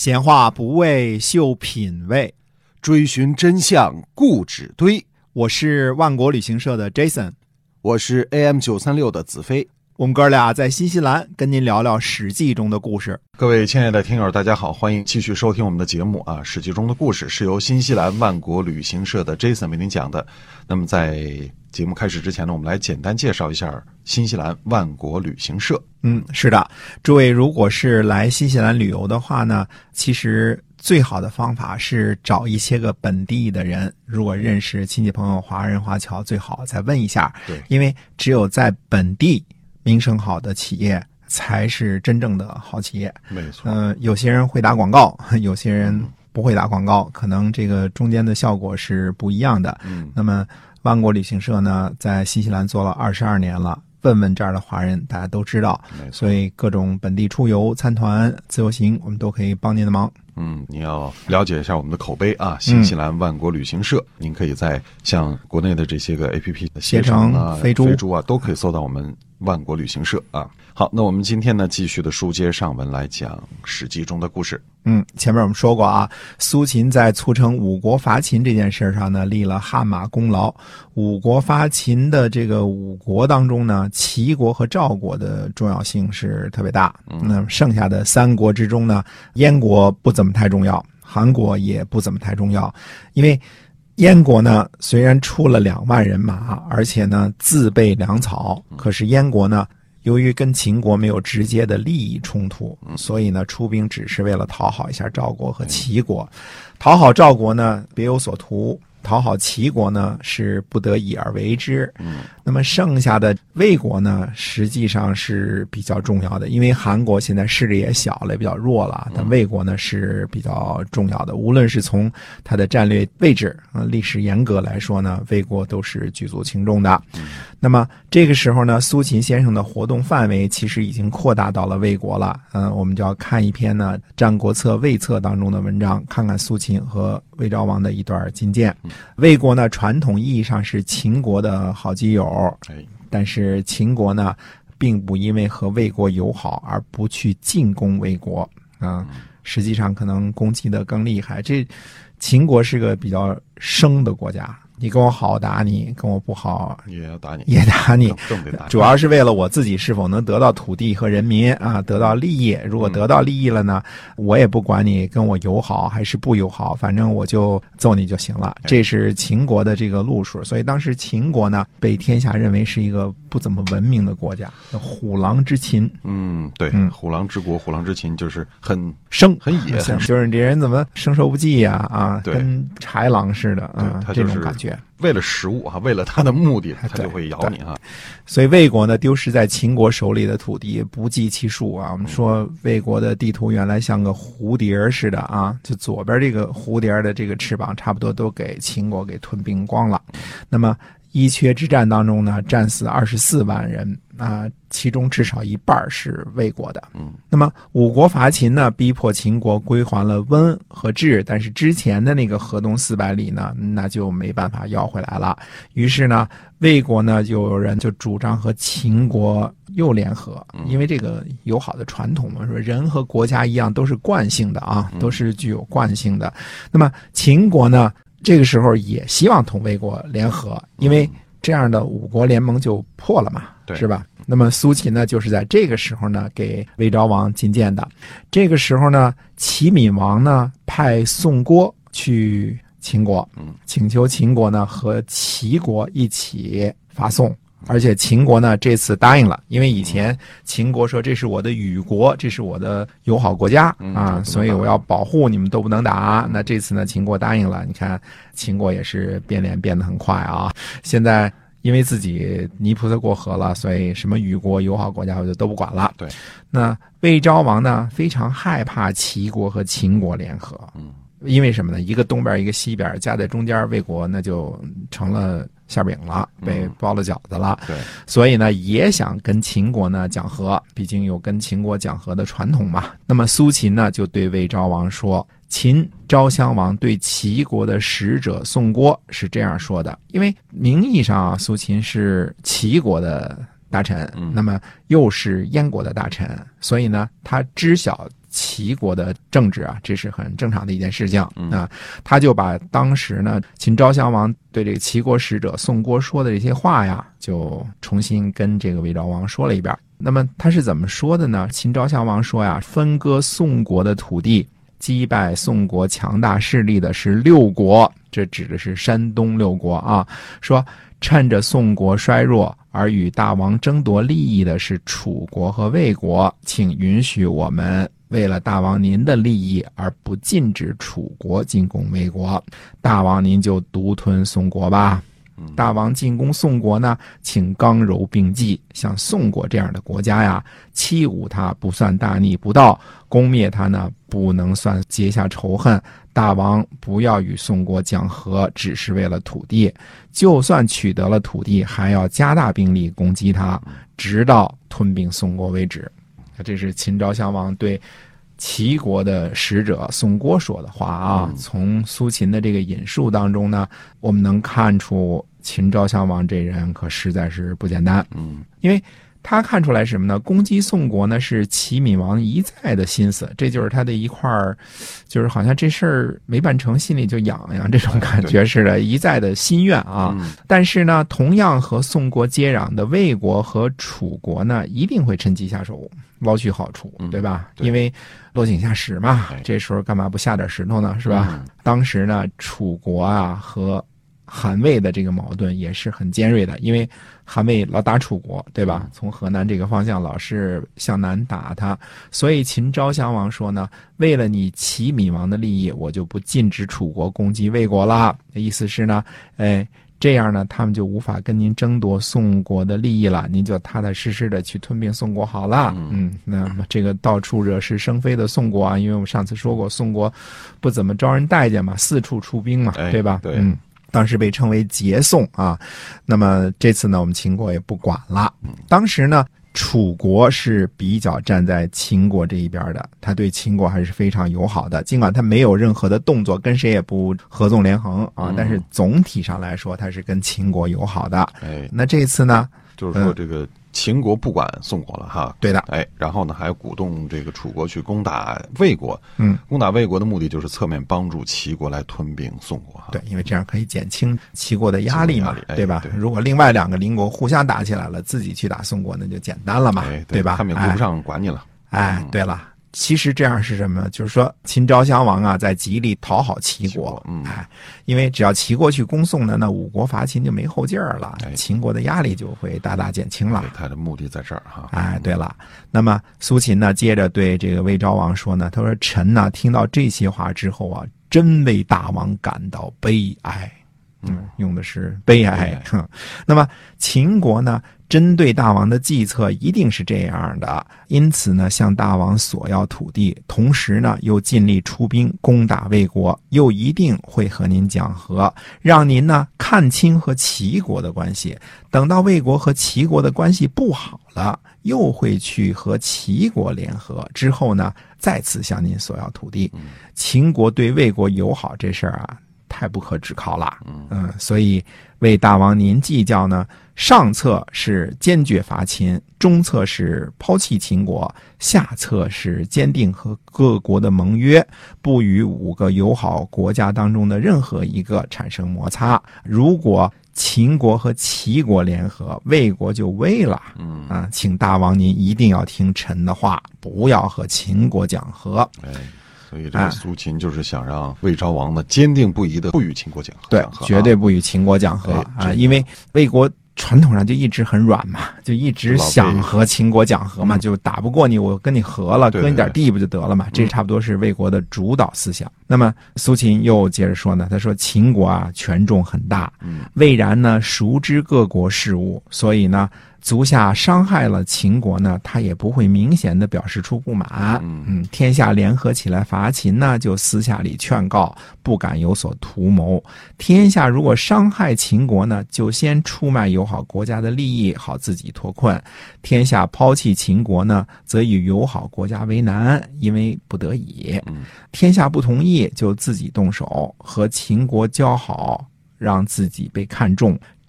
闲话不为秀品味， 追寻真相固执堆。 我是万国旅行社的 Jason， 我是 AM936 的子飞。 我们哥俩在新西兰跟您聊聊史记中的故事。 各位亲爱的听友大家好，欢迎继续收听我们的节目啊。史记中的故事是由新西兰万国旅行社的 Jason 为您讲的。那么在节目开始之前呢，我们来简单介绍一下新西兰万国旅行社。 是的，诸位如果是来新西兰旅游的话呢，其实最好的方法是找一些个本地的人，如果认识亲戚朋友华人华侨最好再问一下。 对， 因为只有在本地名声好的企业才是真正的好企业。 没错。 有些人会打广告，有些人不会打广告，可能这个中间的效果是不一样的。那么万国旅行社呢，在新西兰做了22年了，问问这儿的华人大家都知道，所以各种本地出游、参团、自由行，我们都可以帮您的忙。 你要了解一下我们的口碑啊，新西兰万国旅行社，您可以在像国内的这些个 APP 携程啊、飞猪啊，都可以搜到我们万国旅行社啊。好，那我们今天呢，继续的书接上文来讲史记中的故事。 前面我们说过啊，苏秦在促成五国伐秦这件事上呢，立了汗马功劳。五国伐秦的这个五国当中呢，齐国和赵国的重要性是特别大。那剩下的三国之中呢，燕国不怎么太重要，韩国也不怎么太重要，因为燕国呢虽然出了2万人马，而且呢自备粮草，可是燕国呢由于跟秦国没有直接的利益冲突，所以呢出兵只是为了讨好一下赵国和齐国。讨好赵国呢别有所图，讨好齐国呢是不得已而为之。那么剩下的魏国呢实际上是比较重要的，因为韩国现在势力也小了，也比较弱了，但魏国呢是比较重要的，无论是从它的战略位置历史严格来说呢，魏国都是举足轻重的。那么这个时候呢，苏秦先生的活动范围其实已经扩大到了魏国了。我们就要看一篇呢《战国策·魏策》当中的文章，看看苏秦和魏昭王的一段金鉴。魏国呢传统意义上是秦国的好基友，但是秦国呢并不因为和魏国友好而不去进攻魏国实际上可能攻击的更厉害。这秦国是个比较生的国家，你跟我好打你，跟我不好也要打你， 也打你， 更得打你。 主要是为了我自己是否能得到土地和人民啊，得到利益。如果得到利益了呢，我也不管你跟我友好还是不友好，反正我就揍你就行了。这是秦国的这个路数。所以当时秦国呢被天下认为是一个不怎么文明的国家，虎狼之秦。 对，虎狼之国、虎狼之秦就是很生很野， 就是这人怎么生受不济呀跟豺狼似的这种感觉。 为了食物为了他的目的，他就会咬你所以魏国呢丢失在秦国手里的土地不计其数我们说魏国的地图原来像个蝴蝶似的就左边这个蝴蝶的这个翅膀差不多都给秦国给吞并光了。那么伊阙之战当中呢，战死24万人其中至少一半是魏国的。那么五国伐秦呢，逼迫秦国归还了温和质，但是之前的那个河东400里呢，那就没办法要回来了。于是呢，魏国呢就有人就主张和秦国又联合，因为这个友好的传统嘛，说人和国家一样都是惯性的都是具有惯性的。那么秦国呢这个时候也希望同魏国联合，因为这样的五国联盟就破了嘛，是吧？那么苏秦呢就是在这个时候呢给魏昭王进谏的。这个时候呢，齐闵王呢派宋郭去秦国，请求秦国呢和齐国一起伐宋。而且秦国呢这次答应了，因为以前秦国说这是我的与国，这是我的友好国家所以我要保护你们都不能打。那这次呢秦国答应了，你看秦国也是变脸变得很快现在因为自己泥菩萨过河了，所以什么与国友好国家我就都不管了。 对， 那魏昭王呢非常害怕齐国和秦国联合，因为什么呢？一个东边一个西边，夹在中间，魏国那就成了馅饼了，被包了饺子了。 对， 所以呢也想跟秦国呢讲和，毕竟有跟秦国讲和的传统嘛。那么苏秦呢就对魏昭王说，秦昭襄王对齐国的使者宋郭是这样说的，因为名义上苏秦是齐国的大臣，那么又是燕国的大臣，所以呢他知晓齐国的政治啊，这是很正常的一件事情啊。他就把当时呢秦昭襄王对这个齐国使者宋郭说的这些话呀，就重新跟这个魏昭王说了一遍。那么他是怎么说的呢？秦昭襄王说呀，分割宋国的土地，击败宋国强大势力的是6国，这指的是山东6国啊。说趁着宋国衰弱而与大王争夺利益的是楚国和魏国，请允许我们为了大王您的利益而不禁止楚国进攻魏国，大王您就独吞宋国吧。大王进攻宋国呢，请刚柔并济，像宋国这样的国家呀，欺侮他不算大逆不道，攻灭他呢不能算结下仇恨。大王不要与宋国讲和，只是为了土地，就算取得了土地，还要加大兵力攻击他，直到吞并宋国为止。这是秦昭襄王对齐国的使者宋郭说的话啊。从苏秦的这个引述当中呢，我们能看出秦昭襄王这人可实在是不简单。因为他看出来什么呢？攻击宋国呢是齐闵王一再的心思，这就是他的一块儿，就是好像这事儿没办成，心里就痒痒这种感觉似的，一再的心愿啊。但是呢，同样和宋国接壤的魏国和楚国呢，一定会趁机下手，捞取好处，对吧？因为落井下石嘛，这时候干嘛不下点石头呢？是吧？当时呢，楚国啊和韩魏的这个矛盾也是很尖锐的，因为韩魏老打楚国，对吧？从河南这个方向老是向南打他，所以秦昭襄王说呢，为了你齐闵王的利益，我就不禁止楚国攻击魏国了。意思是呢，这样呢，他们就无法跟您争夺宋国的利益了，您就踏踏实实的去吞并宋国好了。那么这个到处惹是生非的宋国啊，因为我们上次说过，宋国不怎么招人待见嘛，四处出兵嘛，对吧？ 对。 当时被称为结宋啊。那么这次呢，我们秦国也不管了。当时呢，楚国是比较站在秦国这一边的，他对秦国还是非常友好的，尽管他没有任何的动作，跟谁也不合纵连横啊，但是总体上来说，他是跟秦国友好的。那这次呢， 就是说这个秦国不管宋国了哈， 对的， 然后呢还鼓动这个楚国去攻打魏国，攻打魏国的目的就是侧面帮助齐国来吞并宋国哈。 对，因为这样可以减轻齐国的压力嘛，对吧？如果另外2个邻国互相打起来了，自己去打宋国，那就简单了嘛，对吧？ 他们也顾不上管你了。 对了。其实这样是什么？就是说秦昭襄王啊，在极力讨好齐国，因为只要齐国去攻宋呢，那5国伐秦就没后劲儿了，秦国的压力就会大大减轻了。 他的目的在这儿哈。 对了，那么苏秦呢，接着对这个魏昭王说呢，他说：“臣呢，听到这些话之后啊，真为大王感到悲哀。”用的是悲哀。那么秦国呢，针对大王的计策一定是这样的，因此呢，向大王索要土地，同时呢，又尽力出兵攻打魏国，又一定会和您讲和，让您呢看清和齐国的关系。等到魏国和齐国的关系不好了，又会去和齐国联合，之后呢，再次向您索要土地。秦国对魏国友好这事儿啊，太不可指考了。所以为大王您计较呢，上策是坚决伐秦，中策是抛弃秦国，下策是坚定和各国的盟约，不与5个友好国家当中的任何一个产生摩擦。如果秦国和齐国联合，魏国就危了。请大王您一定要听臣的话，不要和秦国讲和。 所以这个苏秦就是想让魏昭王呢坚定不移的不与秦国讲和。 对，绝对不与秦国讲和因为魏国传统上就一直很软嘛，就一直想和秦国讲和嘛，就打不过你，我跟你和了，割你点地不就得了嘛？这差不多是魏国的主导思想。那么苏秦又接着说呢，他说秦国啊权重很大，魏然呢熟知各国事务，所以呢足下伤害了秦国呢，他也不会明显的表示出不满。天下联合起来伐秦呢，就私下里劝告，不敢有所图谋。天下如果伤害秦国呢，就先出卖友好国家的利益，好自己脱困。天下抛弃秦国呢，则与友好国家为难，因为不得已。天下不同意，就自己动手和秦国交好，让自己被看重。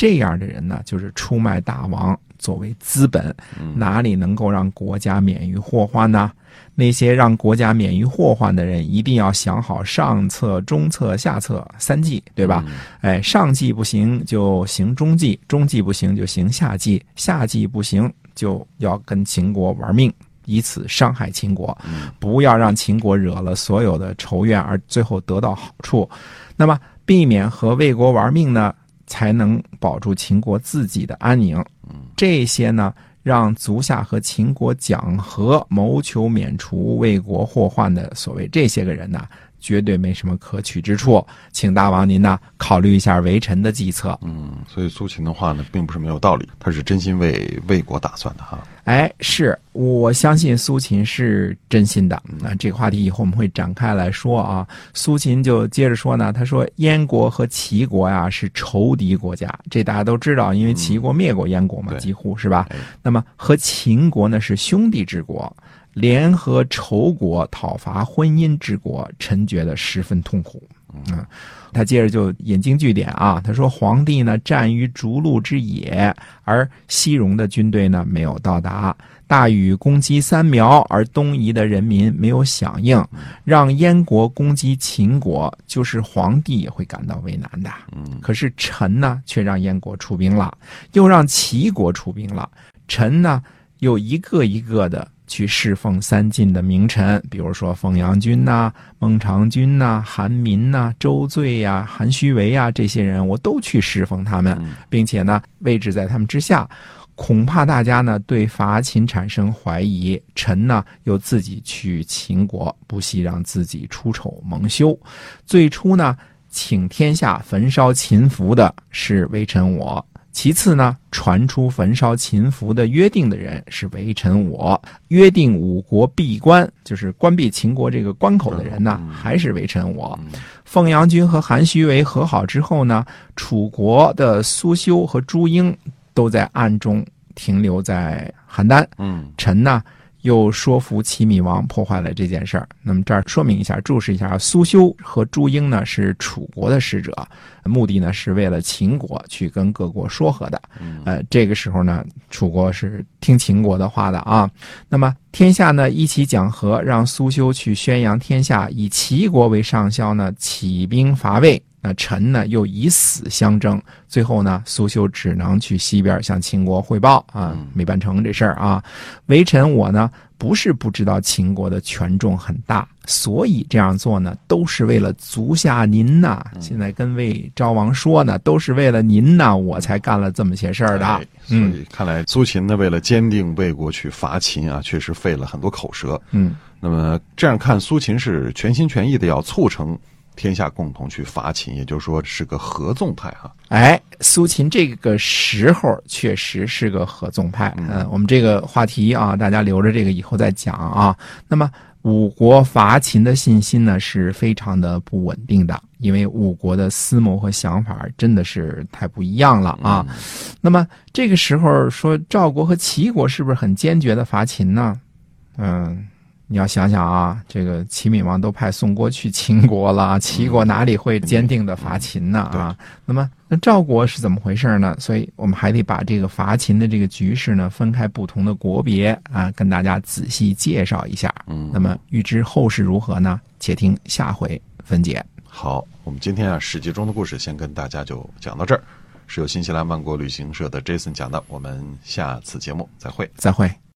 这样的人呢，就是出卖大王作为资本，哪里能够让国家免于祸患呢？那些让国家免于祸患的人，一定要想好上策、中策、下策3计，对吧？上计不行就行中计，中计不行就行下计，下计不行就要跟秦国玩命，以此伤害秦国，不要让秦国惹了所有的仇怨而最后得到好处。那么避免和魏国玩命呢，才能保住秦国自己的安宁。这些呢，让足下和秦国讲和，谋求免除魏国祸患的所谓这些个人呢，绝对没什么可取之处，请大王您呢考虑一下为臣的计策。 所以苏秦的话呢，并不是没有道理，他是真心为魏国打算的哈。 是，我相信苏秦是真心的。那这个话题以后我们会展开来说啊。苏秦就接着说呢，他说燕国和齐国呀是仇敌国家，这大家都知道，因为齐国灭过燕国嘛，几乎是吧？那么和秦国呢是兄弟之国，联合仇国讨伐婚姻之国，臣觉得十分痛苦。他接着就引经据典啊，他说皇帝呢战于逐鹿之野，而西戎的军队呢没有到达，大禹攻击三苗，而东夷的人民没有响应，让燕国攻击秦国，就是皇帝也会感到为难的。可是臣呢却让燕国出兵了，又让齐国出兵了，臣呢又一个一个的去侍奉三晋的名臣，比如说凤阳君孟尝君韩民周醉韩须为这些人，我都去侍奉他们，并且呢位置在他们之下。恐怕大家呢对伐秦产生怀疑，臣呢又自己去秦国，不惜让自己出丑蒙羞。最初呢请天下焚烧秦服的是微臣我，其次呢传出焚烧秦服的约定的人是微臣我，约定5国闭关，就是关闭秦国这个关口的人呢还是微臣我。凤阳君和韩须为和好之后呢，楚国的苏修和朱英都在暗中停留在邯郸。臣呢又说服齐闵王破坏了这件事儿。那么这儿说明一下，注释一下，苏修和朱英呢是楚国的使者，目的呢是为了秦国去跟各国说和的。这个时候呢，楚国是听秦国的话的啊。那么天下呢一起讲和，让苏修去宣扬天下，以齐国为上校呢起兵伐魏。那臣呢又以死相争，最后呢苏修只能去西边向秦国汇报没办成这事儿啊。微臣我呢不是不知道秦国的权重很大，所以这样做呢都是为了足下您现在跟魏昭王说呢，都是为了您我才干了这么些事儿的。 所以看来苏秦呢为了坚定魏国去伐秦确实费了很多口舌。那么这样看，苏秦是全心全意的要促成天下共同去伐秦，也就是说是个合纵派苏秦这个时候确实是个合纵派。我们这个话题大家留着这个以后再讲啊。那么5国伐秦的信心呢是非常的不稳定的，因为5国的思谋和想法真的是太不一样了啊。那么这个时候说赵国和齐国是不是很坚决的伐秦呢？你要想想这个齐闵王都派宋国去秦国了，齐国哪里会坚定的伐秦呢那么赵国是怎么回事呢？所以我们还得把这个伐秦的这个局势呢分开不同的国别跟大家仔细介绍一下。那么预知后事如何呢？且听下回分解。 好，我们今天史记中的故事先跟大家就讲到这儿，是由新西兰万国旅行社的 Jason 讲的，我们下次节目再会。